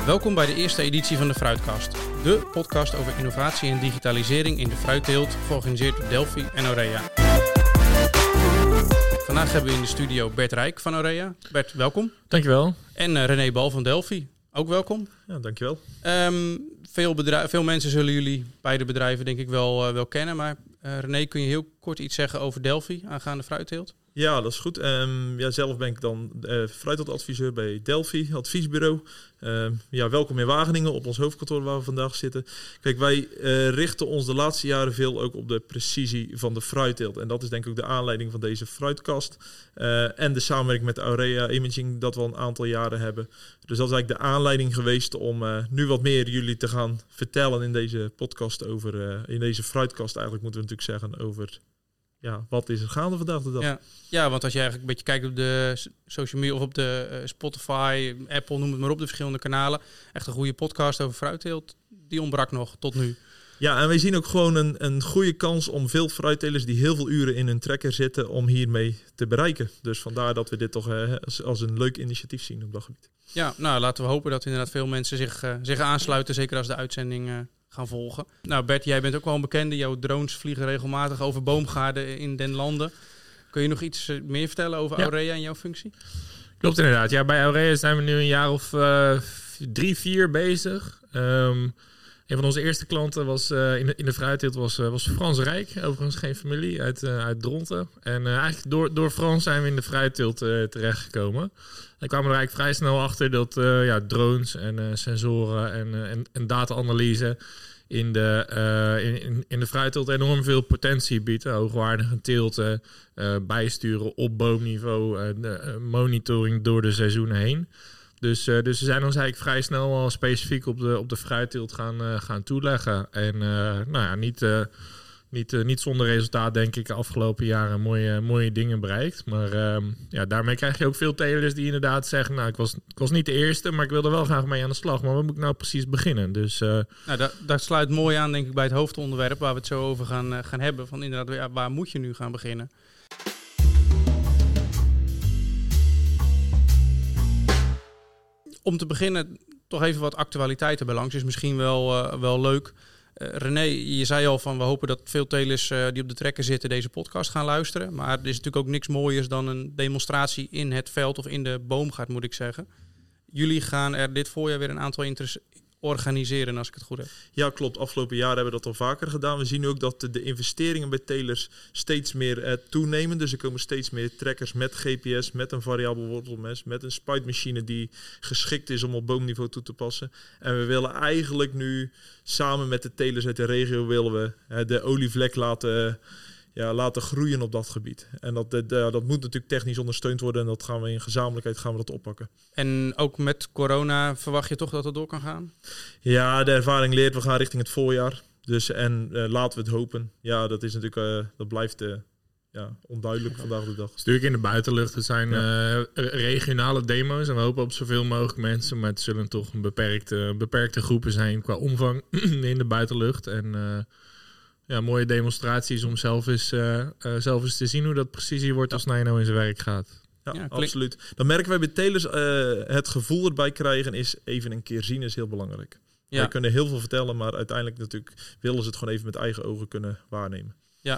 Welkom bij de eerste editie van de Fruitkast. De podcast over innovatie en digitalisering in de fruitteelt, georganiseerd door Delphi en Aurea. Vandaag hebben we in de studio Bert Rijk van Aurea. Bert, welkom. Dankjewel. En René Bal van Delphi. Ook welkom. Ja, dankjewel. Veel mensen zullen jullie, beide bedrijven, denk ik wel kennen. Maar René, kun je heel kort iets zeggen over Delphi aangaande fruitteelt? Ja, dat is goed. Zelf ben ik dan fruitteeltadviseur bij Delphi, adviesbureau. Welkom in Wageningen op ons hoofdkantoor waar we vandaag zitten. Kijk, wij richten ons de laatste jaren veel ook op de precisie van de fruitteelt. En dat is denk ik ook de aanleiding van deze fruitkast. En de samenwerking met Aurea Imaging dat we al een aantal jaren hebben. Dus dat is eigenlijk de aanleiding geweest om nu wat meer jullie te gaan vertellen in deze podcast over, in deze fruitkast eigenlijk moeten we natuurlijk zeggen over... Ja, wat is er gaande vandaag de dag? Ja, want als je eigenlijk een beetje kijkt op de social media of op de Spotify, Apple, noem het maar op, de verschillende kanalen. Echt een goede podcast over fruitteelt, die ontbrak nog tot nu. Ja, en wij zien ook gewoon een goede kans om veel fruittelers die heel veel uren in hun trekker zitten, om hiermee te bereiken. Dus vandaar dat we dit toch als een leuk initiatief zien op dat gebied. Ja, nou laten we hopen dat inderdaad veel mensen zich aansluiten, zeker als de uitzending gaan volgen. Nou Bert, jij bent ook wel een bekende. Jouw drones vliegen regelmatig over boomgaarden in den landen. Kun je nog iets meer vertellen over Aurea en jouw functie? Klopt inderdaad. Ja, bij Aurea zijn we nu een jaar of 3-4 bezig. Een van onze eerste klanten was in de fruitteelt was Frans Rijk. Overigens geen familie uit Dronten. En eigenlijk door Frans zijn we in de fruitteelt terechtgekomen. En kwamen er eigenlijk vrij snel achter dat drones en sensoren en data-analyse in de fruitteelt enorm veel potentie bieden. Hoogwaardige teelten, bijsturen op boomniveau, monitoring door de seizoenen heen. Dus we zijn ons eigenlijk vrij snel al specifiek op de fruitteelt gaan toeleggen. En niet zonder resultaat denk ik de afgelopen jaren mooie dingen bereikt. Maar daarmee krijg je ook veel telers die inderdaad zeggen... Nou, ik was niet de eerste, maar ik wilde wel graag mee aan de slag. Maar waar moet ik nou precies beginnen? Dus, dat sluit mooi aan denk ik bij het hoofdonderwerp waar we het zo over gaan hebben. Van inderdaad, waar moet je nu gaan beginnen? Om te beginnen, toch even wat actualiteiten bij langs. Is misschien wel leuk. René, je zei al van we hopen dat veel telers die op de trekker zitten deze podcast gaan luisteren. Maar er is natuurlijk ook niks mooiers dan een demonstratie in het veld of in de boomgaard, moet ik zeggen. Jullie gaan er dit voorjaar weer een aantal organiseren, als ik het goed heb. Ja, klopt. Afgelopen jaar hebben we dat al vaker gedaan. We zien ook dat de investeringen bij telers steeds meer toenemen. Dus er komen steeds meer trekkers met GPS, met een variabel wortelmes, met een spuitmachine die geschikt is om op boomniveau toe te passen. En we willen eigenlijk nu samen met de telers uit de regio willen we de olievlek laten groeien op dat gebied. En dat moet natuurlijk technisch ondersteund worden en dat gaan we in gezamenlijkheid dat oppakken. En ook met corona verwacht je toch dat het door kan gaan? Ja, de ervaring leert, we gaan richting het voorjaar. Dus laten we het hopen. Ja, dat is natuurlijk, dat blijft onduidelijk vandaag de dag. Natuurlijk in de buitenlucht. Het zijn regionale demo's en we hopen op zoveel mogelijk mensen. Maar het zullen toch een beperkte groepen zijn qua omvang in de buitenlucht. En mooie demonstraties om zelf eens te zien hoe dat precies hier wordt als Nino in zijn werk gaat. Ja, absoluut. Dan merken wij bij telers het gevoel erbij krijgen is even een keer zien is heel belangrijk. Ja. Wij kunnen heel veel vertellen, maar uiteindelijk natuurlijk willen ze het gewoon even met eigen ogen kunnen waarnemen.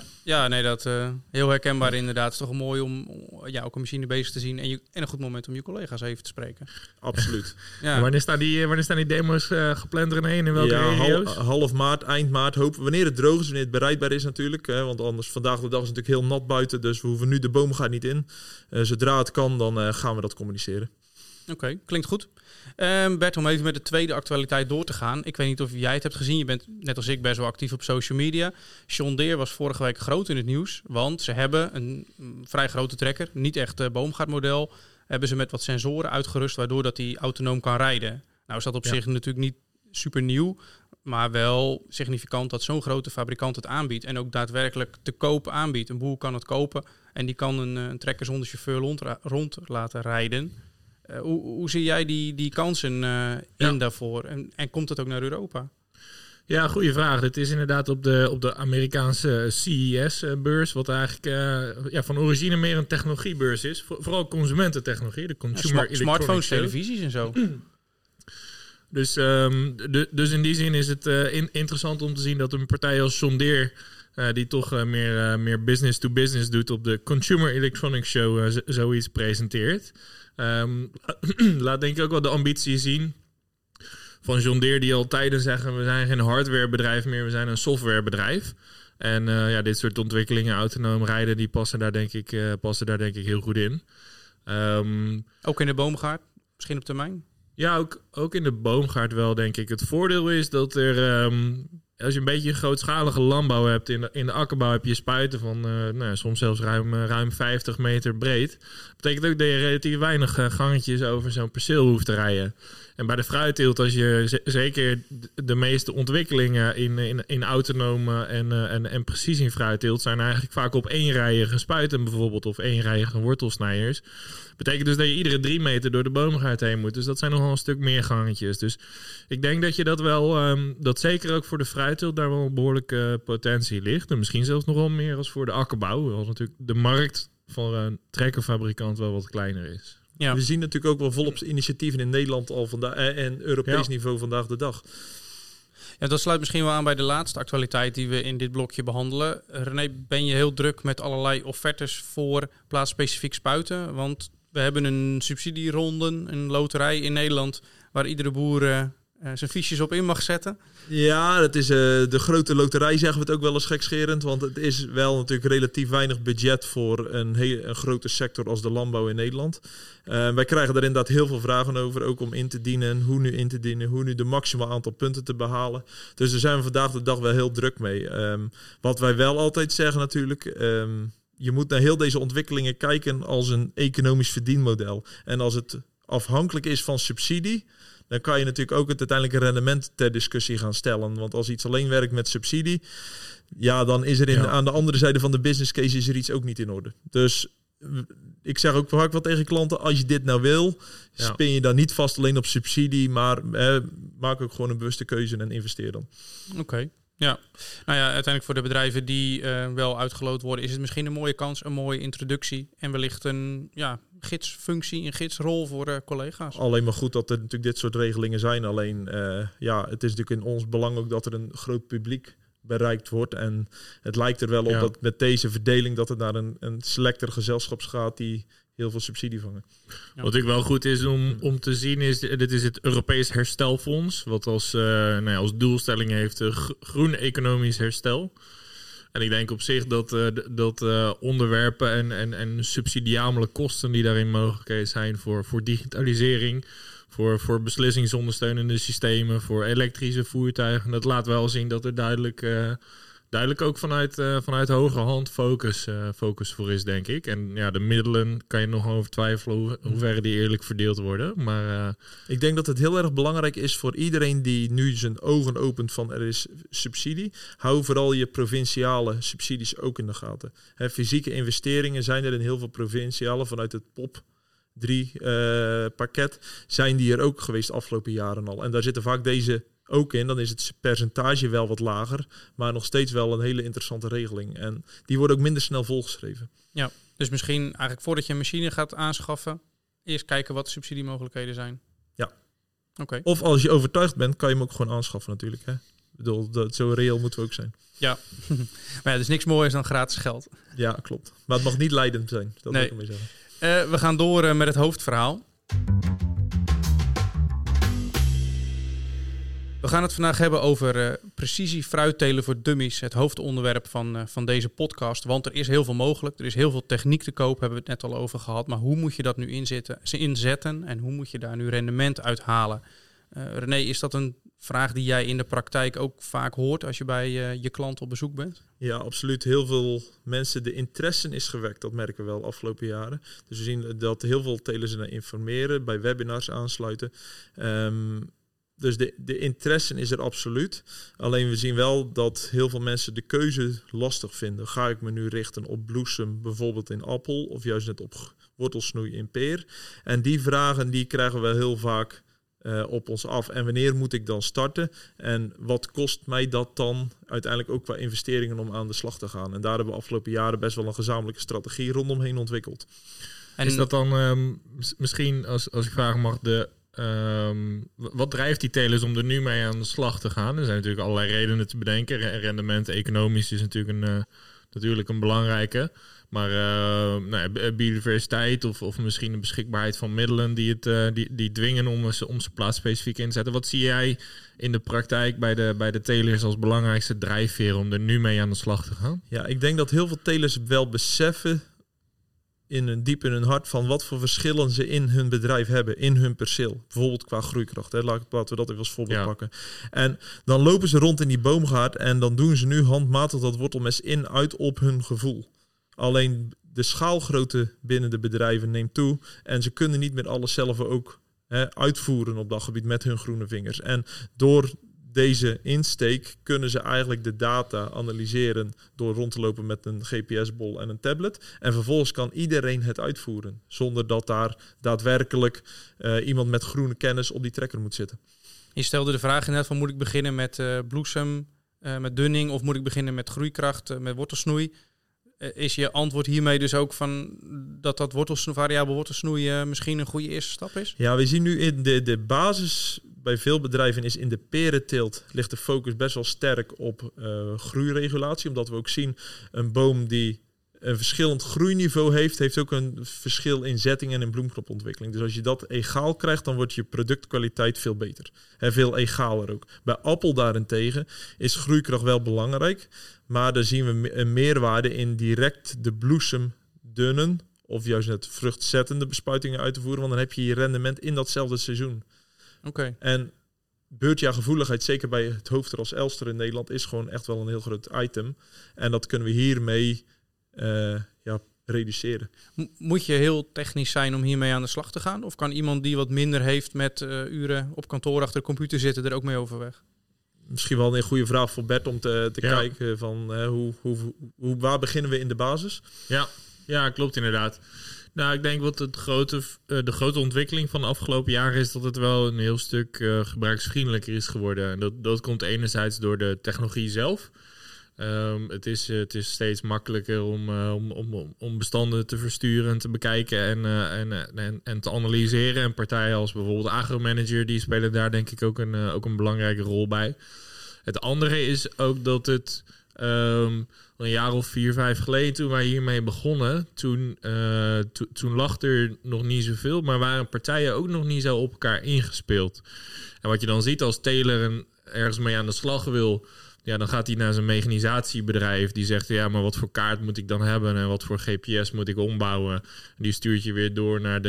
Dat heel herkenbaar inderdaad. Het is toch mooi om ook een machine bezig te zien en een goed moment om je collega's even te spreken. Absoluut. Ja. Wanneer staan die demo's gepland, René? In welke regio's? Half maart, eind maart hopen. Wanneer het droog is, wanneer het bereidbaar is natuurlijk. Want anders vandaag de dag is het natuurlijk heel nat buiten. Dus we hoeven nu de boomgaard niet in. Zodra het kan, dan gaan we dat communiceren. Oké, klinkt goed. Bert, om even met de tweede actualiteit door te gaan. Ik weet niet of jij het hebt gezien. Je bent net als ik best wel actief op social media. John Deere was vorige week groot in het nieuws. Want ze hebben een vrij grote trekker. Niet echt boomgaardmodel. Hebben ze met wat sensoren uitgerust. Waardoor dat die autonoom kan rijden. Nou is dat op zich natuurlijk niet super nieuw. Maar wel significant dat zo'n grote fabrikant het aanbiedt. En ook daadwerkelijk te koop aanbiedt. Een boer kan het kopen. En die kan een trekker zonder chauffeur rond laten rijden. Hoe zie jij die kansen in daarvoor? En komt het ook naar Europa? Ja, goede vraag. Het is inderdaad op de Amerikaanse CES-beurs, wat eigenlijk van origine meer een technologiebeurs is. Vooral consumententechnologie, de consumer smartphones, televisies en zo. Dus in die zin is het interessant om te zien dat een partij als John Deere, die toch meer business to business doet, op de Consumer Electronics Show zoiets presenteert. Laat denk ik ook wel de ambitie zien van John Deere, die al tijden zeggen, we zijn geen hardwarebedrijf meer, we zijn een softwarebedrijf. En dit soort ontwikkelingen, autonoom rijden, die passen daar denk ik heel goed in. Ook in de boomgaard, misschien op termijn? Ja, ook in de boomgaard wel, denk ik. Het voordeel is dat er, als je een beetje grootschalige landbouw hebt, in de akkerbouw heb je spuiten van soms zelfs ruim 50 meter breed. Dat betekent ook dat je relatief weinig gangetjes over zo'n perceel hoeft te rijden. En bij de fruitteelt, als je zeker de meeste ontwikkelingen in autonome en precisie fruitteelt, zijn eigenlijk vaak op eenrijige spuiten bijvoorbeeld, of eenrijige wortelsnijders. Betekent dus dat je iedere 3 meter door de boomgaard heen moet. Dus dat zijn nogal een stuk meer gangetjes. Dus ik denk dat je dat wel, dat zeker ook voor de fruitteelt daar wel een behoorlijke potentie ligt. En misschien zelfs nog wel meer als voor de akkerbouw. Als natuurlijk de markt voor een trekkerfabrikant wel wat kleiner is. Ja. We zien natuurlijk ook wel volop initiatieven in Nederland al vandaag en Europees niveau vandaag de dag. Ja, dat sluit misschien wel aan bij de laatste actualiteit die we in dit blokje behandelen. René, ben je heel druk met allerlei offertes voor plaatsspecifiek spuiten? Want we hebben een subsidieronde, een loterij in Nederland, waar iedere boer zijn fiches op in mag zetten. Ja, dat is de grote loterij, zeggen we het ook wel eens gekscherend. Want het is wel natuurlijk relatief weinig budget voor een grote sector als de landbouw in Nederland. Wij krijgen daar inderdaad heel veel vragen over, ook om in te dienen, hoe nu in te dienen, hoe nu de maximaal aantal punten te behalen. Dus daar zijn we vandaag de dag wel heel druk mee. Wat wij wel altijd zeggen natuurlijk, je moet naar heel deze ontwikkelingen kijken als een economisch verdienmodel. En als het afhankelijk is van subsidie, dan kan je natuurlijk ook het uiteindelijke rendement ter discussie gaan stellen. Want als iets alleen werkt met subsidie, ja, dan is er aan de andere zijde van de business case is er iets ook niet in orde. Dus ik zeg ook vaak wel tegen klanten, als je dit nou wil, spin je dan niet vast alleen op subsidie, maar maak ook gewoon een bewuste keuze en investeer dan. Oké. Ja, nou ja, uiteindelijk voor de bedrijven die wel uitgeloot worden, is het misschien een mooie kans, een mooie introductie en wellicht een gidsfunctie, een gidsrol voor collega's. Alleen maar goed dat er natuurlijk dit soort regelingen zijn. Alleen, het is natuurlijk in ons belang ook dat er een groot publiek bereikt wordt. En het lijkt er wel op dat met deze verdeling dat het naar een selecter gezelschap gaat die heel veel subsidie vangen. Ja. Wat natuurlijk wel goed is om te zien is, dit is het Europees Herstelfonds, wat als doelstelling heeft groen economisch herstel. En ik denk op zich dat onderwerpen en subsidiabele kosten die daarin mogelijk zijn voor digitalisering, voor beslissingsondersteunende systemen, voor elektrische voertuigen, dat laat wel zien dat er duidelijk ook vanuit hoge hand focus voor is, denk ik. En ja, de middelen kan je nog over twijfelen hoe ver die eerlijk verdeeld worden. Maar ik denk dat het heel erg belangrijk is voor iedereen die nu zijn ogen opent van er is subsidie. Hou vooral je provinciale subsidies ook in de gaten. Fysieke investeringen zijn er in heel veel provinciale vanuit het POP 3 pakket. Zijn die er ook geweest de afgelopen jaren al. En daar zitten vaak deze ook in, dan is het percentage wel wat lager, maar nog steeds wel een hele interessante regeling. En die worden ook minder snel volgeschreven. Ja, dus misschien eigenlijk voordat je een machine gaat aanschaffen, eerst kijken wat de subsidiemogelijkheden zijn. Ja. Oké. Of als je overtuigd bent, kan je hem ook gewoon aanschaffen natuurlijk. Hè? Ik bedoel, zo reëel moeten we ook zijn. Ja, maar ja, er is niks moois dan gratis geld. Ja, klopt. Maar het mag niet leidend zijn. Dat wil ik ermee zeggen. We gaan door met het hoofdverhaal. We gaan het vandaag hebben over precisie fruittelen voor dummies. Het hoofdonderwerp van deze podcast. Want er is heel veel mogelijk. Er is heel veel techniek te koop, hebben we het net al over gehad. Maar hoe moet je dat nu inzetten en hoe moet je daar nu rendement uit halen? René, is dat een vraag die jij in de praktijk ook vaak hoort als je bij je klant op bezoek bent? Ja, absoluut. Heel veel mensen, de interesse is gewekt. Dat merken we wel afgelopen jaren. Dus we zien dat heel veel telers naar informeren, bij webinars aansluiten. Dus de interesse is er absoluut. Alleen we zien wel dat heel veel mensen de keuze lastig vinden. Ga ik me nu richten op bloesem, bijvoorbeeld in appel, of juist net op wortelsnoei in peer? En die vragen die krijgen we heel vaak op ons af. En wanneer moet ik dan starten? En wat kost mij dat dan uiteindelijk ook qua investeringen om aan de slag te gaan? En daar hebben we afgelopen jaren best wel een gezamenlijke strategie rondomheen ontwikkeld. En is dat dan misschien, als ik vragen mag, de wat drijft die telers om er nu mee aan de slag te gaan? Er zijn natuurlijk allerlei redenen te bedenken. Rendement economisch is natuurlijk een belangrijke. Maar biodiversiteit of misschien de beschikbaarheid van middelen die dwingen om ze plaatsspecifiek in te zetten. Wat zie jij in de praktijk bij de telers als belangrijkste drijfveer om er nu mee aan de slag te gaan? Ja, ik denk dat heel veel telers wel beseffen diep in hun hart van wat voor verschillen ze in hun bedrijf hebben, in hun perceel. Bijvoorbeeld qua groeikracht. Hè. Laten we dat even als voorbeeld pakken. En dan lopen ze rond in die boomgaard en dan doen ze nu handmatig dat wortelmes uit op hun gevoel. Alleen de schaalgrootte binnen de bedrijven neemt toe en ze kunnen niet meer alles zelf ook uitvoeren op dat gebied met hun groene vingers. En door deze insteek kunnen ze eigenlijk de data analyseren door rond te lopen met een GPS-bol en een tablet. En vervolgens kan iedereen het uitvoeren, zonder dat daar daadwerkelijk iemand met groene kennis op die trekker moet zitten. Je stelde de vraag net van moet ik beginnen met bloesem, met dunning of moet ik beginnen met groeikracht, met wortelsnoei? Is je antwoord hiermee dus ook van dat variabel wortelsnoei misschien een goede eerste stap is? Ja, we zien nu in de basis bij veel bedrijven is in de perenteelt ligt de focus best wel sterk op groeiregulatie. Omdat we ook zien een boom die een verschillend groeiniveau heeft ook een verschil in zetting en in bloemknopontwikkeling. Dus als je dat egaal krijgt, dan wordt je productkwaliteit veel beter. Veel egaler ook. Bij appel daarentegen is groeikracht wel belangrijk. Maar daar zien we een meerwaarde in direct de bloesem dunnen of juist het vruchtzettende bespuitingen uit te voeren. Want dan heb je je rendement in datzelfde seizoen. Okay. En beurtjaargevoeligheid, zeker bij het hoofdras Elster in Nederland, is gewoon echt wel een heel groot item. En dat kunnen we hiermee reduceren. Moet je heel technisch zijn om hiermee aan de slag te gaan? Of kan iemand die wat minder heeft met uren op kantoor achter de computer zitten er ook mee overweg? Misschien wel een goede vraag voor Bert om te kijken van waar beginnen we in de basis? Ja, klopt inderdaad. Nou, ik denk wat de grote ontwikkeling van de afgelopen jaren is dat het wel een heel stuk gebruiksvriendelijker is geworden. En dat komt enerzijds door de technologie zelf. Het is steeds makkelijker om bestanden te versturen en te bekijken en te analyseren. En partijen als bijvoorbeeld Agromanager, die spelen daar denk ik ook een belangrijke rol bij. Het andere is ook dat het een jaar of 4, 5 geleden, toen wij hiermee begonnen, toen lag er nog niet zoveel, maar waren partijen ook nog niet zo op elkaar ingespeeld. En wat je dan ziet als teler ergens mee aan de slag wil, ja, dan gaat hij naar zijn mechanisatiebedrijf. Die zegt, ja, maar wat voor kaart moet ik dan hebben en wat voor GPS moet ik ombouwen? En die stuurt je weer door naar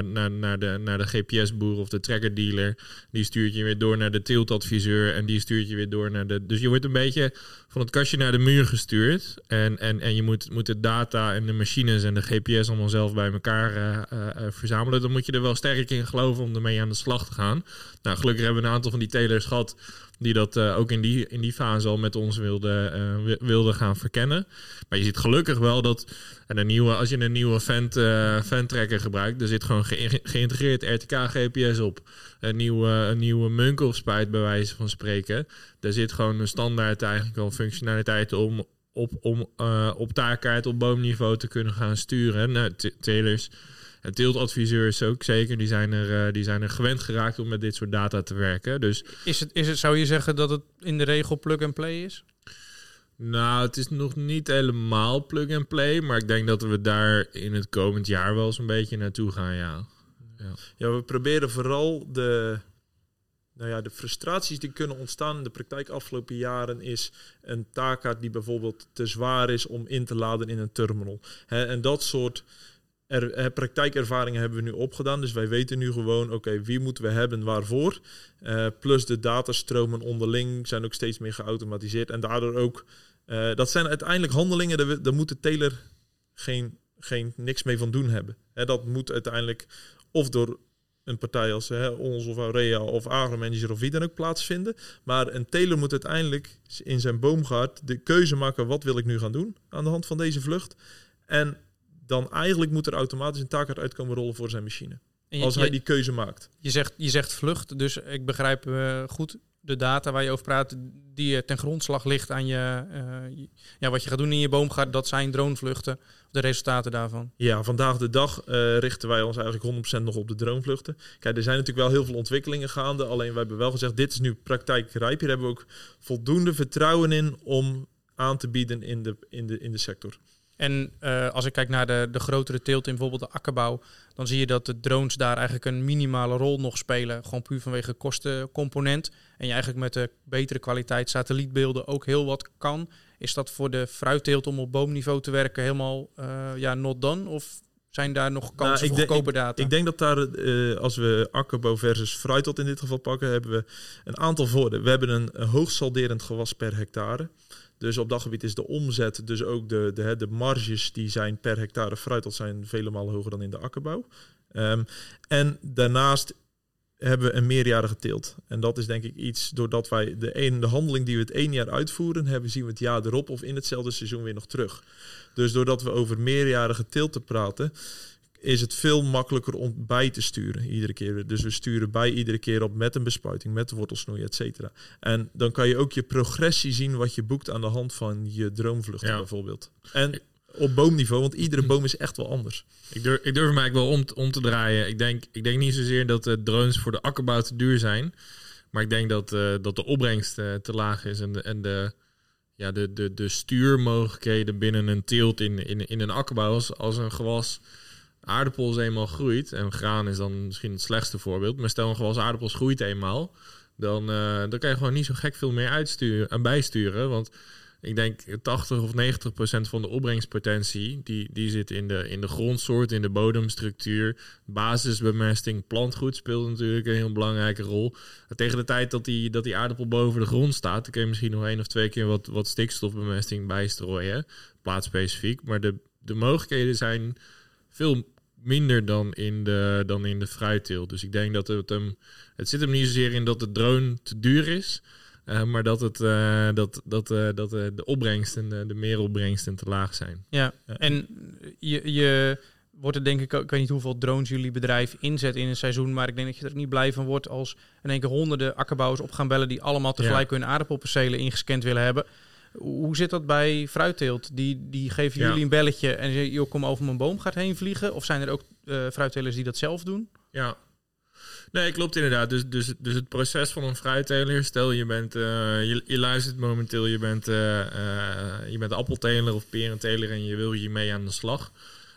de GPS-boer of de trackerdealer. Die stuurt je weer door naar de teeltadviseur en die stuurt je weer door naar de... Dus je wordt een beetje van het kastje naar de muur gestuurd. En je moet de data en de machines en de GPS allemaal zelf bij elkaar verzamelen. Dan moet je er wel sterk in geloven om ermee aan de slag te gaan. Nou, gelukkig hebben we een aantal van die telers gehad die dat ook in die fase al met ons wilde gaan verkennen. Maar je ziet gelukkig wel dat als je een nieuwe fan-tracker gebruikt, er zit gewoon geïntegreerd RTK-GPS op. Een nieuwe Munkhoff-spuit bij wijze van spreken. Daar zit gewoon een standaard eigenlijk al functionaliteit om op taakkaart op boomniveau te kunnen gaan sturen. Nou, telers en teeltadviseurs ook zeker, die zijn er gewend geraakt om met dit soort data te werken. Dus zou je zeggen dat het in de regel plug-and-play is? Nou, het is nog niet helemaal plug-and-play, maar ik denk dat we daar in het komend jaar wel eens een beetje naartoe gaan, ja. Ja, we proberen vooral de frustraties die kunnen ontstaan in de praktijk afgelopen jaren is een taakkaart die bijvoorbeeld te zwaar is om in te laden in een terminal. En dat soort praktijkervaringen hebben we nu opgedaan. Dus wij weten nu gewoon, oké, wie moeten we hebben, waarvoor. Plus de datastromen onderling zijn ook steeds meer geautomatiseerd. En daardoor ook, dat zijn uiteindelijk handelingen, daar moet de teler niks mee van doen hebben. Dat moet uiteindelijk of door een partij als ons of Aurea of Agromanager of wie dan ook plaatsvinden. Maar een teler moet uiteindelijk in zijn boomgaard de keuze maken, wat wil ik nu gaan doen aan de hand van deze vlucht. En dan eigenlijk moet er automatisch een taakkaart uitkomen rollen voor zijn machine. Als hij die keuze maakt. Je zegt vlucht, dus ik begrijp goed. de data waar je over praat, die ten grondslag ligt aan wat je gaat doen in je boomgaard, dat zijn dronevluchten, de resultaten daarvan? Ja, vandaag de dag richten wij ons eigenlijk 100% nog op de dronevluchten. Kijk, er zijn natuurlijk wel heel veel ontwikkelingen gaande. Alleen wij hebben wel gezegd, dit is nu praktijkrijp. Hier hebben we ook voldoende vertrouwen in om aan te bieden in de sector. En als ik kijk naar de grotere teelt in bijvoorbeeld de akkerbouw, dan zie je dat de drones daar eigenlijk een minimale rol nog spelen. Gewoon puur vanwege kostencomponent. En je eigenlijk met de betere kwaliteit satellietbeelden ook heel wat kan. Is dat voor de fruitteelt om op boomniveau te werken helemaal not done? Of zijn daar nog kansen voor goedkope data? Ik denk dat daar, als we akkerbouw versus fruitteelt in dit geval pakken, hebben we een aantal voordelen. We hebben een hoogsalderend gewas per hectare. Dus op dat gebied is de omzet, dus ook de marges die zijn per hectare fruitteelt zijn vele malen hoger dan in de akkerbouw. En daarnaast hebben we een meerjarige teelt. En dat is denk ik iets, doordat wij de handeling die we het 1 jaar uitvoeren, zien we het jaar erop of in hetzelfde seizoen weer nog terug. Dus doordat we over meerjarige teelten praten, is het veel makkelijker om bij te sturen iedere keer. Dus we sturen bij iedere keer op met een bespuiting, met de wortelsnoei, et cetera. En dan kan je ook je progressie zien wat je boekt aan de hand van je droomvluchten bijvoorbeeld. En op boomniveau, want iedere boom is echt wel anders. Ik durf hem eigenlijk wel om te draaien. Ik denk niet zozeer dat de drones voor de akkerbouw te duur zijn. Maar ik denk dat de opbrengst te laag is. En de stuurmogelijkheden binnen een teelt in een akkerbouw als een gewas aardappels eenmaal groeit, en graan is dan misschien het slechtste voorbeeld, maar stel een gewas aardappels groeit eenmaal, dan kan je gewoon niet zo gek veel meer uitsturen en bijsturen, want ik denk 80 of 90% van de opbrengstpotentie, die zit in de grondsoort, in de bodemstructuur, basisbemesting, plantgoed speelt natuurlijk een heel belangrijke rol. Tegen de tijd dat die aardappel boven de grond staat, dan kun je misschien nog 1 of 2 keer wat stikstofbemesting bijstrooien, plaatsspecifiek, maar de mogelijkheden zijn veel minder dan in de fruitteelt. Dus ik denk dat het zit hem niet zozeer in dat de drone te duur is, maar dat de opbrengst en de meeropbrengsten te laag zijn. Ja. En je wordt er denk ik weet niet hoeveel drones jullie bedrijf inzet in een seizoen, maar ik denk dat je er ook niet blij van wordt als in één keer honderden akkerbouwers op gaan bellen die allemaal tegelijk hun aardappelpercelen ingescand willen hebben. Hoe zit dat bij fruitteelt? Die geven jullie een belletje en zeggen, joh, kom over mijn boomgaard heen vliegen? Of zijn er ook fruittelers die dat zelf doen? Ja. Nee, klopt inderdaad. Dus het proces van een fruitteler, stel je bent, je luistert momenteel, je bent appelteler of perenteler en je wil hiermee aan de slag.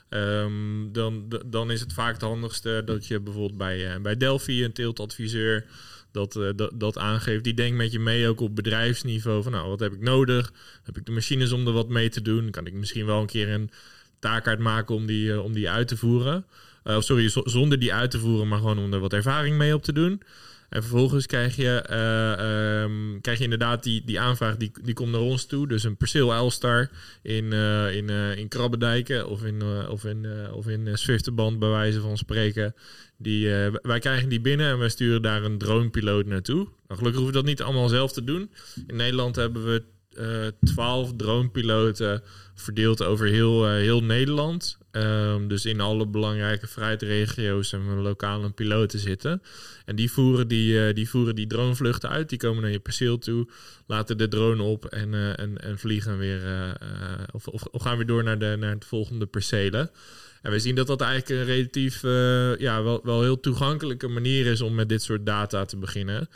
Dan is het vaak het handigste dat je bijvoorbeeld bij Delphi, een teeltadviseur, dat aangeeft. Die denkt met je mee ook op bedrijfsniveau van, nou, wat heb ik nodig? Heb ik de machines om er wat mee te doen? Kan ik misschien wel een keer een taakkaart maken om die uit te voeren? Zonder die uit te voeren, maar gewoon om er wat ervaring mee op te doen. En vervolgens krijg je inderdaad die aanvraag, die komt naar ons toe. Dus een perceel Elstar in Krabbedijken of in Zwifterband bij wijze van spreken. Wij krijgen die binnen en wij sturen daar een dronepiloot naartoe. Nou, gelukkig hoeven we dat niet allemaal zelf te doen. In Nederland hebben we 12 dronepiloten verdeeld over heel Nederland. Dus in alle belangrijke fruitregio's hebben we lokale piloten zitten. En die voeren die dronevluchten uit. Die komen naar je perceel toe, laten de drone op en vliegen weer of gaan weer door naar de volgende percelen. En we zien dat eigenlijk een relatief wel heel toegankelijke manier is om met dit soort data te beginnen.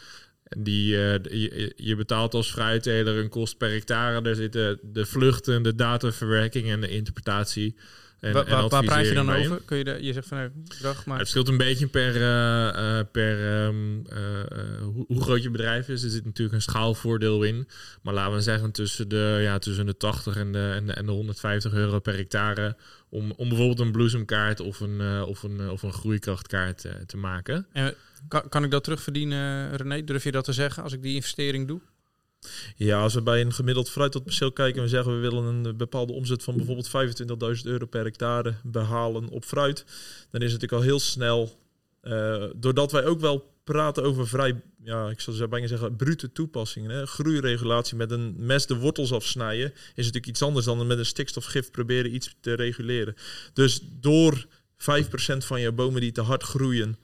Je betaalt als fruitteler een kost per hectare. Daar zitten de vluchten, de dataverwerking en de interpretatie. Waar praat je dan over? Kun je zegt van bedrag, maar het scheelt een beetje per hoe groot je bedrijf is. Er zit natuurlijk een schaalvoordeel in. Maar laten we zeggen tussen de 80 en de 150 euro per hectare om bijvoorbeeld een bloesemkaart of een groeikrachtkaart te maken. En kan ik dat terugverdienen, René? Durf je dat te zeggen als ik die investering doe? Ja, als we bij een gemiddeld fruitteeltperceel kijken en we zeggen we willen een bepaalde omzet van bijvoorbeeld 25.000 euro per hectare behalen op fruit, dan is het natuurlijk al heel snel, doordat wij ook wel praten over vrij, ik zou bijna zeggen, brute toepassingen. Hè? Groeiregulatie met een mes de wortels afsnijden is natuurlijk iets anders dan met een stikstofgif proberen iets te reguleren. Dus door 5% van je bomen die te hard groeien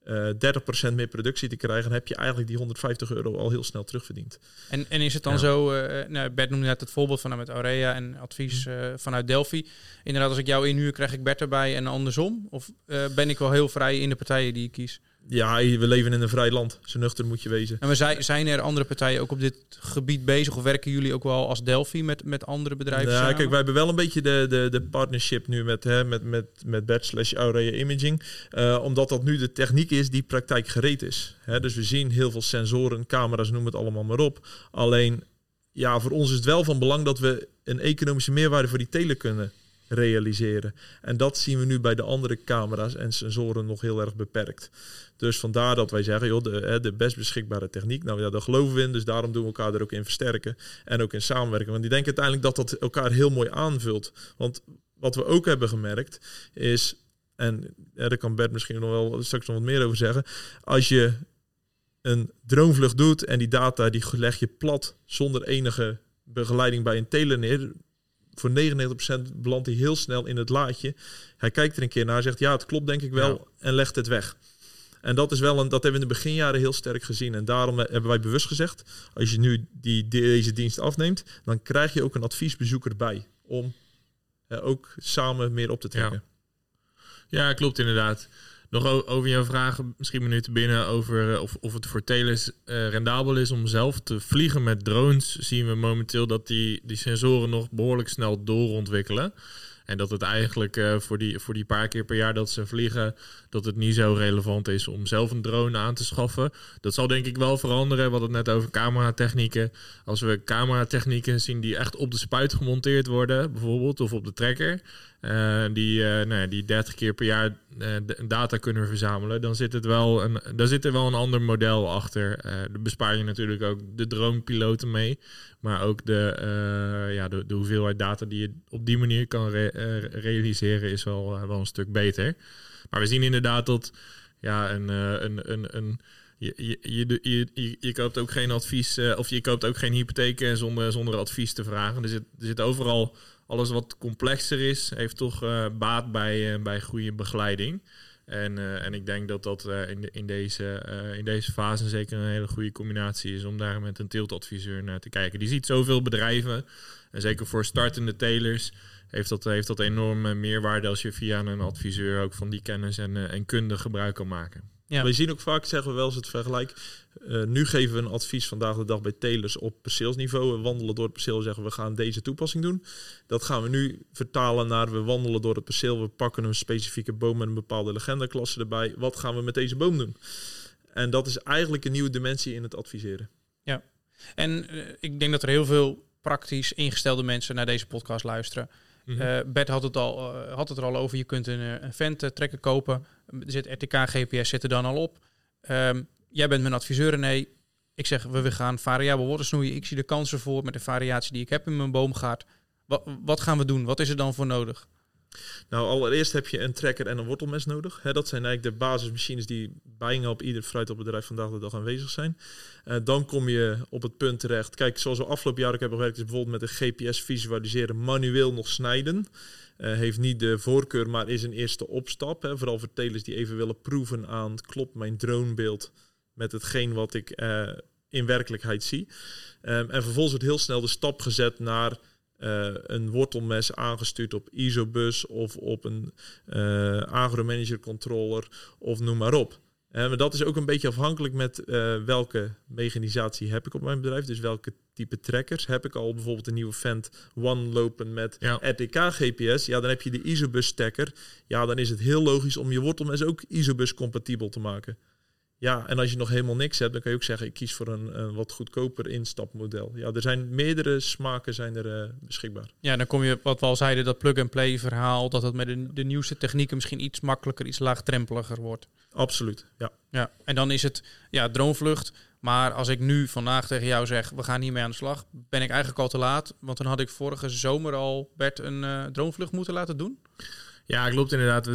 30% meer productie te krijgen, dan heb je eigenlijk die €150 al heel snel terugverdiend. En is het dan zo, Bert noemde net het voorbeeld van met Aurea en advies vanuit Delphi. Inderdaad, als ik jou inhuur, krijg ik Bert erbij en andersom? Of ben ik wel heel vrij in de partijen die ik kies? Ja, we leven in een vrij land. Zo nuchter moet je wezen. En zijn er andere partijen ook op dit gebied bezig? Of werken jullie ook wel als Delphi met andere bedrijven samen? Kijk, wij hebben wel een beetje de partnership nu met Bert/Aurea Imaging. Omdat dat nu de techniek is die praktijkgereed is. Dus we zien heel veel sensoren, camera's, noem het allemaal maar op. Alleen, ja, voor ons is het wel van belang dat we een economische meerwaarde voor die teler kunnen realiseren. En dat zien we nu bij de andere camera's en sensoren nog heel erg beperkt. Dus vandaar dat wij zeggen, joh, de best beschikbare techniek. Nou ja, daar geloven we in, dus daarom doen we elkaar er ook in versterken en ook in samenwerken. Want die denken uiteindelijk dat elkaar heel mooi aanvult. Want wat we ook hebben gemerkt is, en daar kan Bert misschien nog wel straks nog wat meer over zeggen, als je een dronevlucht doet en die data die leg je plat zonder enige begeleiding bij een teler neer, voor 99% belandt hij heel snel in het laadje. Hij kijkt er een keer naar, zegt ja, het klopt denk ik wel, en legt het weg. En dat is wel dat hebben we in de beginjaren heel sterk gezien. En daarom hebben wij bewust gezegd, als je nu deze dienst afneemt, dan krijg je ook een adviesbezoeker bij om ook samen meer op te trekken. Ja, klopt inderdaad. Nog over jouw vraag, misschien minuten binnen, over of het voor telers rendabel is om zelf te vliegen met drones. Zien we momenteel dat die sensoren nog behoorlijk snel doorontwikkelen. En dat het eigenlijk voor die paar keer per jaar dat ze vliegen, dat het niet zo relevant is om zelf een drone aan te schaffen. Dat zal denk ik wel veranderen. We hadden het net over cameratechnieken. Als we cameratechnieken zien die echt op de spuit gemonteerd worden, bijvoorbeeld, of op de trekker, die 30 keer per jaar data kunnen verzamelen, dan zit er wel een ander model achter. Daar bespaar je natuurlijk ook de dronepiloten mee, maar ook de hoeveelheid data die je op die manier kan realiseren is wel een stuk beter. Maar we zien inderdaad dat je koopt ook geen advies of je koopt ook geen hypotheek zonder advies te vragen. Er zit overal alles wat complexer is, heeft toch baat bij goede begeleiding. En ik denk dat in deze fase zeker een hele goede combinatie is om daar met een teeltadviseur naar te kijken. Die ziet zoveel bedrijven, en zeker voor startende telers heeft dat enorme meerwaarde als je via een adviseur ook van die kennis en kunde gebruik kan maken. Ja. We zien ook vaak, zeggen we wel eens het vergelijk. Nu geven we een advies vandaag de dag bij telers op perceelsniveau. We wandelen door het perceel en zeggen we gaan deze toepassing doen. Dat gaan we nu vertalen naar we wandelen door het perceel. We pakken een specifieke boom met een bepaalde legendaklasse erbij. Wat gaan we met deze boom doen? En dat is eigenlijk een nieuwe dimensie in het adviseren. Ja, en ik denk dat er heel veel praktisch ingestelde mensen naar deze podcast luisteren. Mm-hmm. Bert had het er al over. Je kunt een vent trekker kopen. Er zit RTK, GPS zit er dan al op. Jij bent mijn adviseur, René. Ik zeg, we gaan variabel wortel snoeien. Ik zie de kansen voor met de variatie die ik heb in mijn boomgaard. Wat gaan we doen? Wat is er dan voor nodig? Nou, allereerst heb je een trekker en een wortelmes nodig. Dat zijn eigenlijk de basismachines die bijna op ieder fruitopbedrijf vandaag de dag aanwezig zijn. Dan kom je op het punt terecht. Kijk, zoals we afgelopen jaar ook hebben gewerkt, is bijvoorbeeld met een GPS visualiseren, manueel nog snijden. Heeft niet de voorkeur, maar is een eerste opstap. Vooral voor telers die even willen proeven aan, klopt mijn dronebeeld met hetgeen wat ik in werkelijkheid zie. En vervolgens wordt heel snel de stap gezet naar een wortelmes aangestuurd op ISOBus of op een agromanager controller of noem maar op. Maar dat is ook een beetje afhankelijk met welke mechanisatie heb ik op mijn bedrijf. Dus welke type trekkers. Heb ik al bijvoorbeeld een nieuwe Fendt One lopen met RTK GPS. Ja, dan heb je de ISOBus stekker. Ja, dan is het heel logisch om je wortelmes ook ISOBus compatibel te maken. Ja, en als je nog helemaal niks hebt, dan kan je ook zeggen, ik kies voor een wat goedkoper instapmodel. Ja, er zijn meerdere smaken beschikbaar. Ja, dan kom je, wat we al zeiden, dat plug-and-play verhaal, dat het met de nieuwste technieken misschien iets makkelijker, iets laagdrempeliger wordt. Absoluut, ja. En dan is het, dronevlucht. Maar als ik nu vandaag tegen jou zeg, we gaan hiermee aan de slag, ben ik eigenlijk al te laat. Want dan had ik vorige zomer al, Bert, een dronevlucht moeten laten doen. Ja, klopt inderdaad.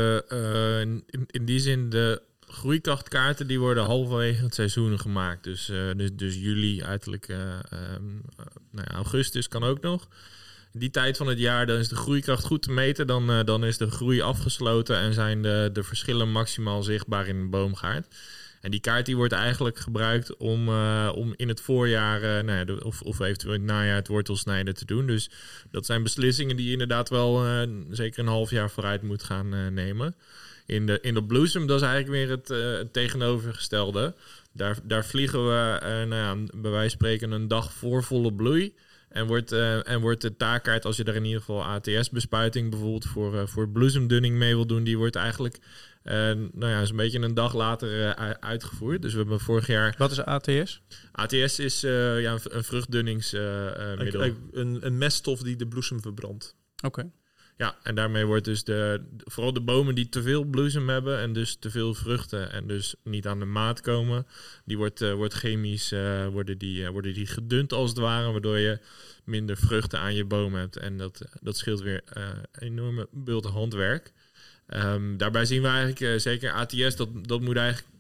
In die zin, de groeikrachtkaarten die worden halverwege het seizoen gemaakt. Dus juli, uiterlijk augustus kan ook nog. die tijd van het jaar, dan is de groeikracht goed te meten. Dan is de groei afgesloten en zijn de verschillen maximaal zichtbaar in een boomgaard. En die kaart die wordt eigenlijk gebruikt om in het voorjaar of eventueel in het najaar het wortelsnijden te doen. Dus dat zijn beslissingen die je inderdaad wel zeker een half jaar vooruit moet gaan nemen. In de bloesem, dat is eigenlijk weer het tegenovergestelde. Daar vliegen we bij wijze van spreken een dag voor volle bloei. En wordt de taakkaart, als je daar in ieder geval ATS-bespuiting bijvoorbeeld voor bloesemdunning mee wil doen, die wordt eigenlijk is een beetje een dag later uitgevoerd. Dus we hebben vorig jaar... Wat is ATS? ATS is een vruchtdunningsmiddel. Een meststof die de bloesem verbrandt. Oké. Ja, en daarmee wordt dus vooral de bomen die te veel bloesem hebben en dus te veel vruchten en dus niet aan de maat komen, die wordt chemisch worden die gedund als het ware, waardoor je minder vruchten aan je boom hebt. En dat scheelt weer enorme bulten handwerk. Daarbij zien we eigenlijk zeker ATS, dat moet eigenlijk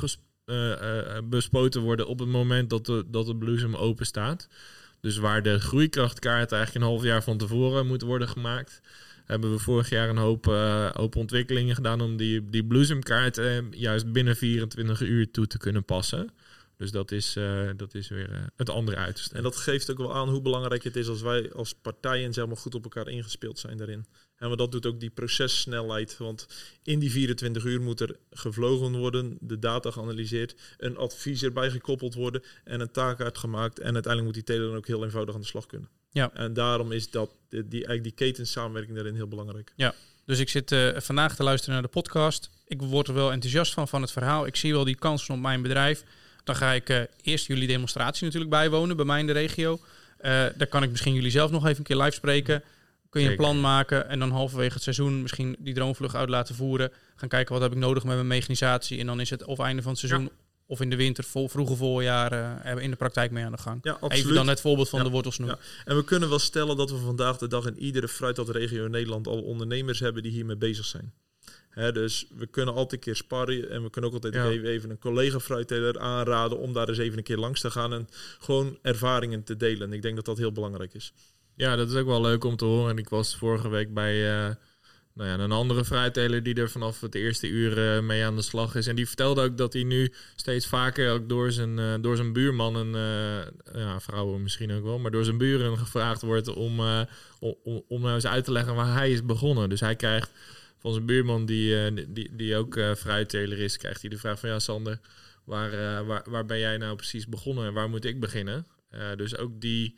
bespoten worden op het moment dat de bloesem open staat. Dus waar de groeikrachtkaart eigenlijk een half jaar van tevoren moet worden gemaakt, hebben we vorig jaar een hoop ontwikkelingen gedaan om die bloesemkaart juist binnen 24 uur toe te kunnen passen. Dus dat is weer het andere uiterste. En dat geeft ook wel aan hoe belangrijk het is als wij als partijen zeg maar goed op elkaar ingespeeld zijn daarin. En dat doet ook die processnelheid. Want in die 24 uur moet er gevlogen worden, de data geanalyseerd, een advies erbij gekoppeld worden en een taakkaart gemaakt. En uiteindelijk moet die teler dan ook heel eenvoudig aan de slag kunnen. Ja. En daarom is die ketensamenwerking daarin heel belangrijk. Ja, dus ik zit vandaag te luisteren naar de podcast. Ik word er wel enthousiast van het verhaal. Ik zie wel die kansen op mijn bedrijf. Dan ga ik eerst jullie demonstratie natuurlijk bijwonen bij mij in de regio. Daar kan ik misschien jullie zelf nog even een keer live spreken. Kun je een plan maken en dan halverwege het seizoen misschien die droomvlucht uit laten voeren. Gaan kijken wat heb ik nodig met mijn mechanisatie. En dan is het of einde van het seizoen of in de winter, vroege voorjaar in de praktijk mee aan de gang. Ja, even dan het voorbeeld van de wortelsnoer. Ja. En we kunnen wel stellen dat we vandaag de dag in iedere fruitteeltregio in Nederland al ondernemers hebben die hiermee bezig zijn. Dus we kunnen altijd een keer sparren en we kunnen ook altijd even een collega fruitteler aanraden om daar eens even een keer langs te gaan en gewoon ervaringen te delen. En ik denk dat dat heel belangrijk is. Ja, dat is ook wel leuk om te horen. En ik was vorige week bij een andere fruitteler die er vanaf het eerste uur mee aan de slag is. En die vertelde ook dat hij nu steeds vaker ook door zijn buurman, vrouwen misschien ook wel, maar door zijn buren gevraagd wordt om nou eens uit te leggen waar hij is begonnen. Dus hij krijgt van zijn buurman, die ook fruitteler is, krijgt hij de vraag van, ja Sander, waar ben jij nou precies begonnen en waar moet ik beginnen? Dus ook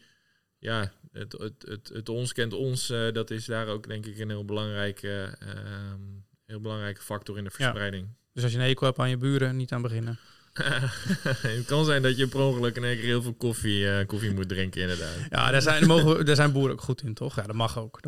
het ons kent ons, dat is daar ook denk ik een heel belangrijke factor in de verspreiding. Ja. Dus als je een hekel hebt aan je buren, niet aan beginnen. Het kan zijn dat je per ongeluk in één keer heel veel koffie moet drinken, inderdaad. Ja, daar zijn boeren ook goed in, toch? Ja, dat mag ook.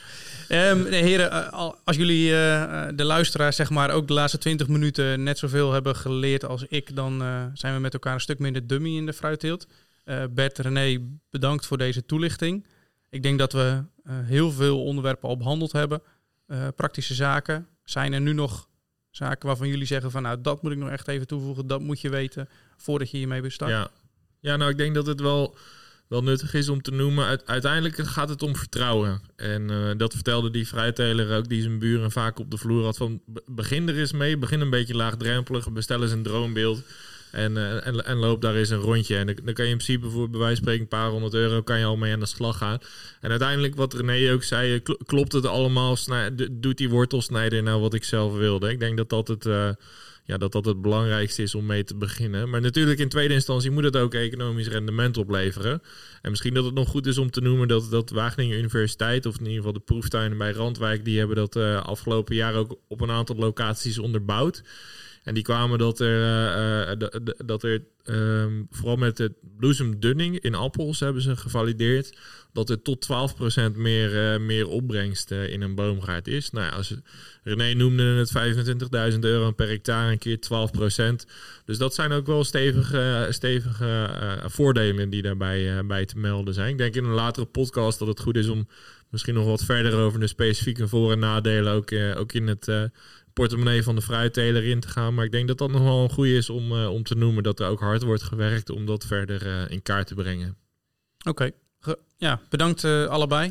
Heren, als jullie de luisteraars zeg maar ook de laatste 20 minuten net zoveel hebben geleerd als ik, dan zijn we met elkaar een stuk minder dummy in de fruitteelt. Bert, René, bedankt voor deze toelichting. Ik denk dat we heel veel onderwerpen al behandeld hebben. Praktische zaken. Zijn er nu nog zaken waarvan jullie zeggen van, nou, dat moet ik nog echt even toevoegen, dat moet je weten voordat je hiermee start? Ja, nou, ik denk dat het wel nuttig is om te noemen. Uiteindelijk gaat het om vertrouwen. En dat vertelde die fruitteler ook, die zijn buren vaak op de vloer had van, begin er eens mee, begin een beetje laagdrempelig, bestel eens een droombeeld en loop daar eens een rondje. En dan kan je in principe voor bij wijze van spreken een paar €100 kan je al mee aan de slag gaan. En uiteindelijk, wat René ook zei, klopt het allemaal, doet die wortelsnijder nou wat ik zelf wilde. Ik denk dat het belangrijkste is om mee te beginnen. Maar natuurlijk in tweede instantie moet het ook economisch rendement opleveren. En misschien dat het nog goed is om te noemen dat Wageningen Universiteit, of in ieder geval de proeftuinen bij Randwijk, die hebben dat afgelopen jaar ook op een aantal locaties onderbouwd. En die kwamen dat er vooral met de bloesemdunning in appels hebben ze gevalideerd dat er tot 12% meer opbrengst in een boomgaard is. Nou ja, René noemde het €25.000 per hectare, een keer 12%. Dus dat zijn ook wel stevige voordelen die daarbij bij te melden zijn. Ik denk in een latere podcast dat het goed is om misschien nog wat verder over de specifieke voor- en nadelen ook in het portemonnee van de fruitteler in te gaan. Maar ik denk dat dat nog wel een goede is om te noemen dat er ook hard wordt gewerkt om dat verder in kaart te brengen. Oké. Bedankt allebei.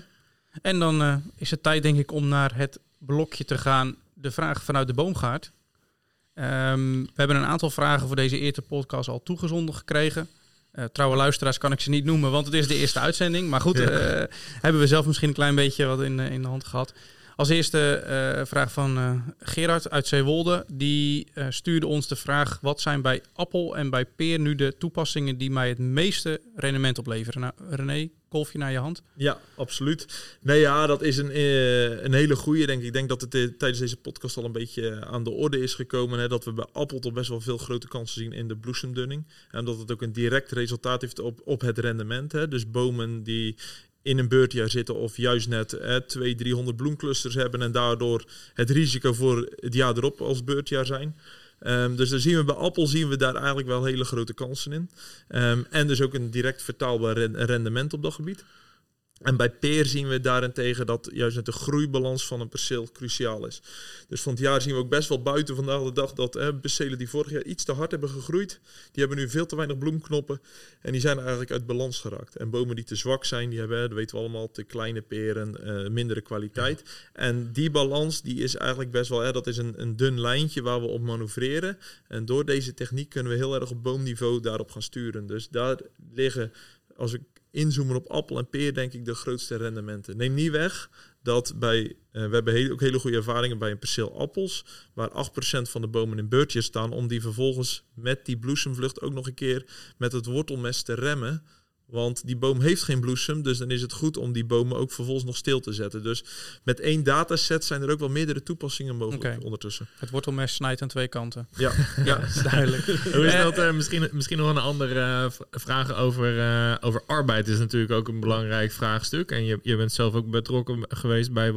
En dan is het tijd, denk ik, om naar het blokje te gaan. De vraag vanuit de boomgaard. We hebben een aantal vragen voor deze eerste podcast al toegezonden gekregen. Trouwe luisteraars kan ik ze niet noemen, want het is de eerste uitzending. Maar goed, hebben we zelf misschien een klein beetje wat in de hand gehad. Als eerste vraag van Gerard uit Zeewolde. Die stuurde ons de vraag: wat zijn bij appel en bij peer nu de toepassingen die mij het meeste rendement opleveren? Nou, René, kolfje naar je hand. Ja, absoluut. Nee, ja, dat is een hele goeie, denk ik. Ik denk dat het tijdens deze podcast al een beetje aan de orde is gekomen. Hè, dat we bij appel toch best wel veel grote kansen zien in de bloesemdunning. En dat het ook een direct resultaat heeft op het rendement. Hè. Dus bomen die in een beurtjaar zitten of juist net 200-300 bloemclusters hebben en daardoor het risico voor het jaar erop als beurtjaar zijn. Dus dan zien we bij appel daar eigenlijk wel hele grote kansen in. En dus ook een direct vertaalbaar rendement op dat gebied. En bij peer zien we daarentegen dat juist net de groeibalans van een perceel cruciaal is. Dus van het jaar zien we ook best wel buiten vandaag de dag dat percelen die vorig jaar iets te hard hebben gegroeid, die hebben nu veel te weinig bloemknoppen en die zijn eigenlijk uit balans geraakt. En bomen die te zwak zijn, die hebben, dat weten we allemaal, te kleine peren, mindere kwaliteit. Ja. En die balans die is eigenlijk best wel, dat is een dun lijntje waar we op manoeuvreren. En door deze techniek kunnen we heel erg op boomniveau daarop gaan sturen. Dus daar liggen, als ik inzoomen op appel en peer, denk ik de grootste rendementen. Neem niet weg dat we hebben ook hele goede ervaringen bij een perceel appels, waar 8% van de bomen in beurtjes staan, om die vervolgens met die bloesemvlucht ook nog een keer met het wortelmes te remmen. Want die boom heeft geen bloesem, dus dan is het goed om die bomen ook vervolgens nog stil te zetten. Dus met één dataset zijn er ook wel meerdere toepassingen mogelijk ondertussen. Het wortelmes snijdt aan twee kanten. Ja, ja, dat is duidelijk. Hoe is dat? Misschien nog een andere vraag over arbeid is natuurlijk ook een belangrijk vraagstuk. En je bent zelf ook betrokken geweest bij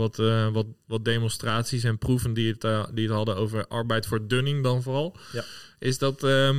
wat demonstraties en proeven die het hadden over arbeid voor dunning dan vooral. Ja. Is dat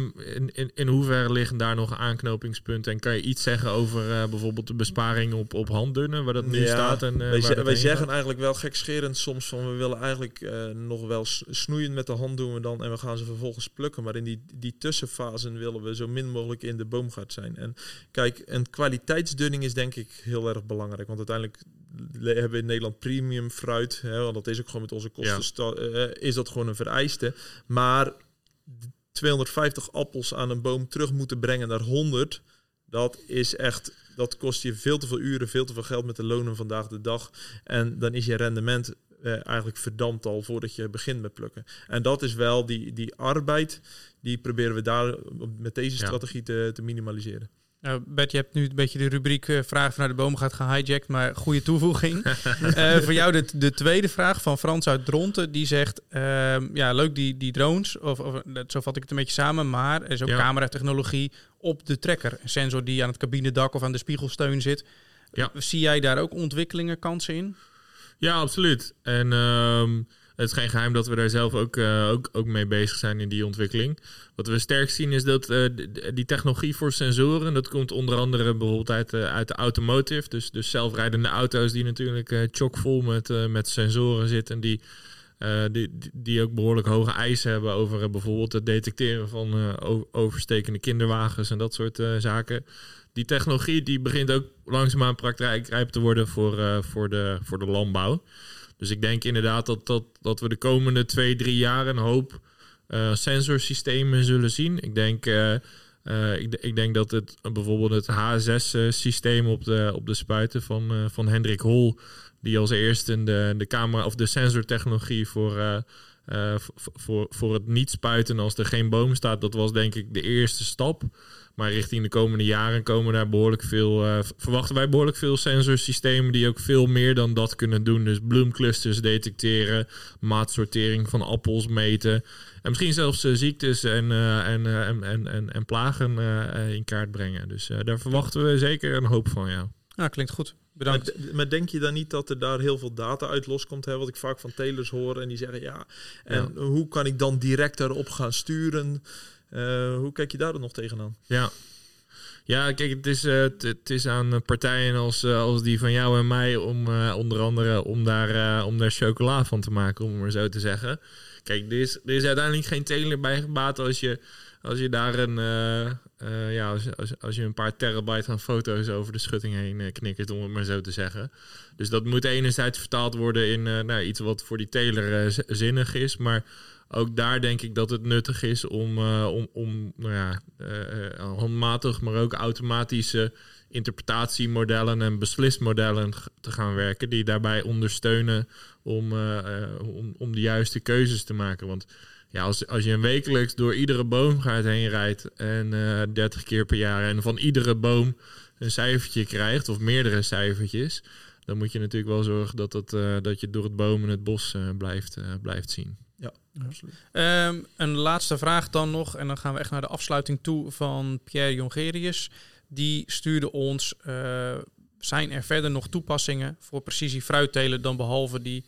in hoeverre liggen daar nog aanknopingspunten? En kan je iets zeggen over bijvoorbeeld de besparing op handdunnen, waar dat nu staat? En, wij zeggen eigenlijk wel gekscherend soms van we willen eigenlijk nog wel snoeien met de hand doen we dan en we gaan ze vervolgens plukken. Maar in die tussenfasen willen we zo min mogelijk in de boomgaard zijn. En kijk, een kwaliteitsdunning is denk ik heel erg belangrijk. Want uiteindelijk hebben we in Nederland premium fruit. Want dat is ook gewoon met onze kosten. Is dat gewoon een vereiste. Maar 250 appels aan een boom terug moeten brengen naar 100... dat kost je veel te veel uren, veel te veel geld met de lonen vandaag de dag. En dan is je rendement eigenlijk verdampt al voordat je begint met plukken. En dat is wel die arbeid, die proberen we daar met deze strategie te minimaliseren. Bert, je hebt nu een beetje de rubriek vragen vanuit de boom gaat gehijacked, maar goede toevoeging. Voor jou de tweede vraag van Frans uit Dronten. Die zegt, leuk die drones, of zo vat ik het een beetje samen, maar er is ook cameratechnologie op de trekker. Een sensor die aan het cabinedak of aan de spiegelsteun zit. Ja. Zie jij daar ook ontwikkelingen, kansen in? Ja, absoluut. En het is geen geheim dat we daar zelf ook mee bezig zijn in die ontwikkeling. Wat we sterk zien is dat die technologie voor sensoren, dat komt onder andere bijvoorbeeld uit de automotive. Dus zelfrijdende auto's die natuurlijk chockvol met sensoren zitten. Die ook behoorlijk hoge eisen hebben over bijvoorbeeld het detecteren van overstekende kinderwagens en dat soort zaken. Die technologie die begint ook langzaamaan praktijkrijp te worden voor de landbouw. Dus ik denk inderdaad dat we de komende 2-3 jaar een hoop sensorsystemen zullen zien. Ik denk dat het bijvoorbeeld het H6-systeem op de spuiten van Hendrik Hol, die als eerste de camera of de sensortechnologie voor het niet spuiten als er geen boom staat, dat was denk ik de eerste stap. Maar richting de komende jaren verwachten wij behoorlijk veel sensorsystemen die ook veel meer dan dat kunnen doen. Dus bloemclusters detecteren, maatsortering van appels meten. En misschien zelfs ziektes en plagen in kaart brengen. Dus daar verwachten we zeker een hoop van, ja. Ja, klinkt goed. Bedankt. Maar denk je dan niet dat er daar heel veel data uit loskomt? Wat ik vaak van telers hoor en die zeggen hoe kan ik dan direct daarop gaan sturen? Hoe kijk je daar dan nog tegenaan? Ja, kijk, het is aan partijen als die van jou en mij om onder andere om daar chocola van te maken, om het maar zo te zeggen. Kijk, er is uiteindelijk geen teler bij gebaat Als je daar als je een paar terabyte aan foto's over de schutting heen knikkert, om het maar zo te zeggen. Dus dat moet enerzijds vertaald worden in iets wat voor die teler zinnig is. Maar ook daar denk ik dat het nuttig is om handmatig, maar ook automatische interpretatiemodellen en beslismodellen te gaan werken, die daarbij ondersteunen om de juiste keuzes te maken. Want ja, als je wekelijks door iedere boomgaard heen rijdt en 30 keer per jaar en van iedere boom een cijfertje krijgt of meerdere cijfertjes, dan moet je natuurlijk wel zorgen dat je door het boom en het bos blijft zien. Ja, absoluut. Een laatste vraag dan nog, en dan gaan we echt naar de afsluiting toe, van Pierre Jongerius. Die stuurde ons, zijn er verder nog toepassingen voor precisie fruittelen dan behalve die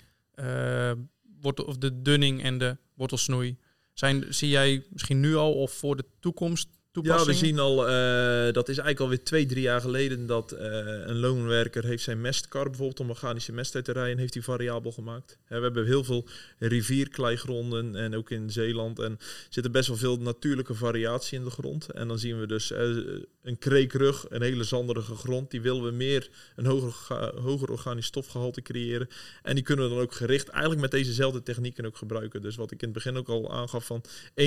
of de dunning en de wortelsnoei? Zie jij misschien nu al of voor de toekomst toepassingen? Ja, we zien al, dat is eigenlijk alweer 2-3 jaar geleden dat een loonwerker heeft zijn mestkar, bijvoorbeeld om organische mest uit te rijden, heeft hij variabel gemaakt. We hebben heel veel rivierkleigronden en ook in Zeeland en zit er best wel veel natuurlijke variatie in de grond. En dan zien we dus een kreekrug, een hele zanderige grond, die willen we meer een hoger organisch stofgehalte creëren. En die kunnen we dan ook gericht eigenlijk met dezezelfde technieken ook gebruiken. Dus wat ik in het begin ook al aangaf van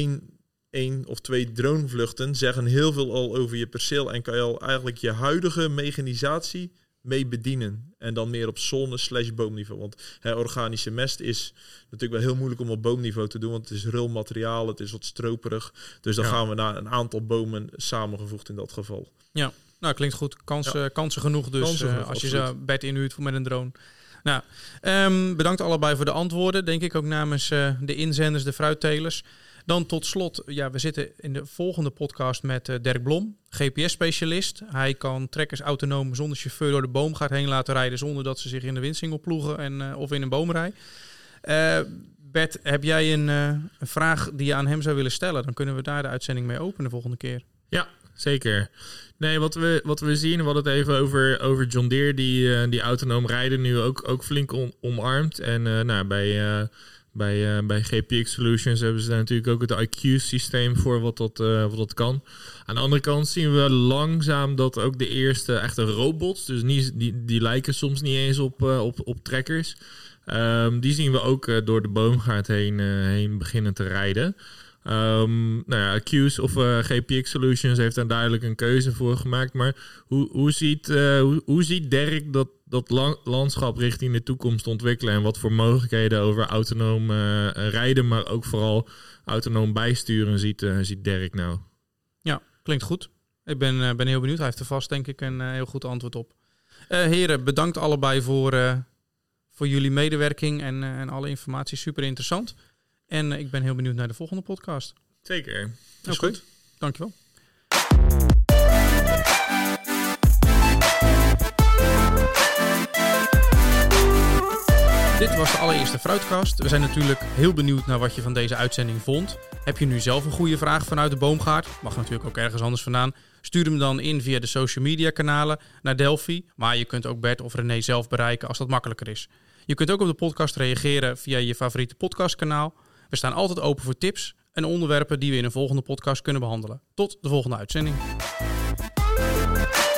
1 of 2 dronevluchten zeggen heel veel al over je perceel en kan je al eigenlijk je huidige mechanisatie mee bedienen. En dan meer op zone/boomniveau. Want organische mest is natuurlijk wel heel moeilijk om op boomniveau te doen, want het is rul materiaal, het is wat stroperig. Dus dan gaan we naar een aantal bomen samengevoegd in dat geval. Ja, nou klinkt goed. Kansen genoeg dus als je ze bed inhuurt met een drone. Nou, bedankt allebei voor de antwoorden. Denk ik ook namens de inzenders, de fruittelers. Dan tot slot, we zitten in de volgende podcast met Dirk Blom, GPS-specialist. Hij kan trekkers autonoom zonder chauffeur door de boomgaard heen laten rijden zonder dat ze zich in de windsingel ploegen of in een boomrij. Bert, heb jij een vraag die je aan hem zou willen stellen? Dan kunnen we daar de uitzending mee openen de volgende keer. Ja, zeker. Nee, wat we zien, we hadden het even over John Deere, die autonoom rijden nu ook flink omarmt. En bij GPX Solutions hebben ze daar natuurlijk ook het IQ-systeem voor wat dat kan. Aan de andere kant zien we langzaam dat ook de eerste echte robots, dus die lijken soms niet eens op trekkers, die zien we ook door de boomgaard heen beginnen te rijden. Q's of GPX Solutions heeft daar duidelijk een keuze voor gemaakt. Maar hoe ziet Dirk dat landschap richting de toekomst ontwikkelen? En wat voor mogelijkheden over autonoom rijden, maar ook vooral autonoom bijsturen ziet Dirk nou? Ja, klinkt goed. Ik ben heel benieuwd. Hij heeft er vast denk ik een heel goed antwoord op. Heren, bedankt allebei voor jullie medewerking en alle informatie. Super interessant. En ik ben heel benieuwd naar de volgende podcast. Zeker. Dat is goed. Dankjewel. Dit was de allereerste Fruitcast. We zijn natuurlijk heel benieuwd naar wat je van deze uitzending vond. Heb je nu zelf een goede vraag vanuit de boomgaard? Mag natuurlijk ook ergens anders vandaan. Stuur hem dan in via de social media kanalen naar Delphi. Maar je kunt ook Bert of René zelf bereiken als dat makkelijker is. Je kunt ook op de podcast reageren via je favoriete podcastkanaal. We staan altijd open voor tips en onderwerpen die we in een volgende podcast kunnen behandelen. Tot de volgende uitzending.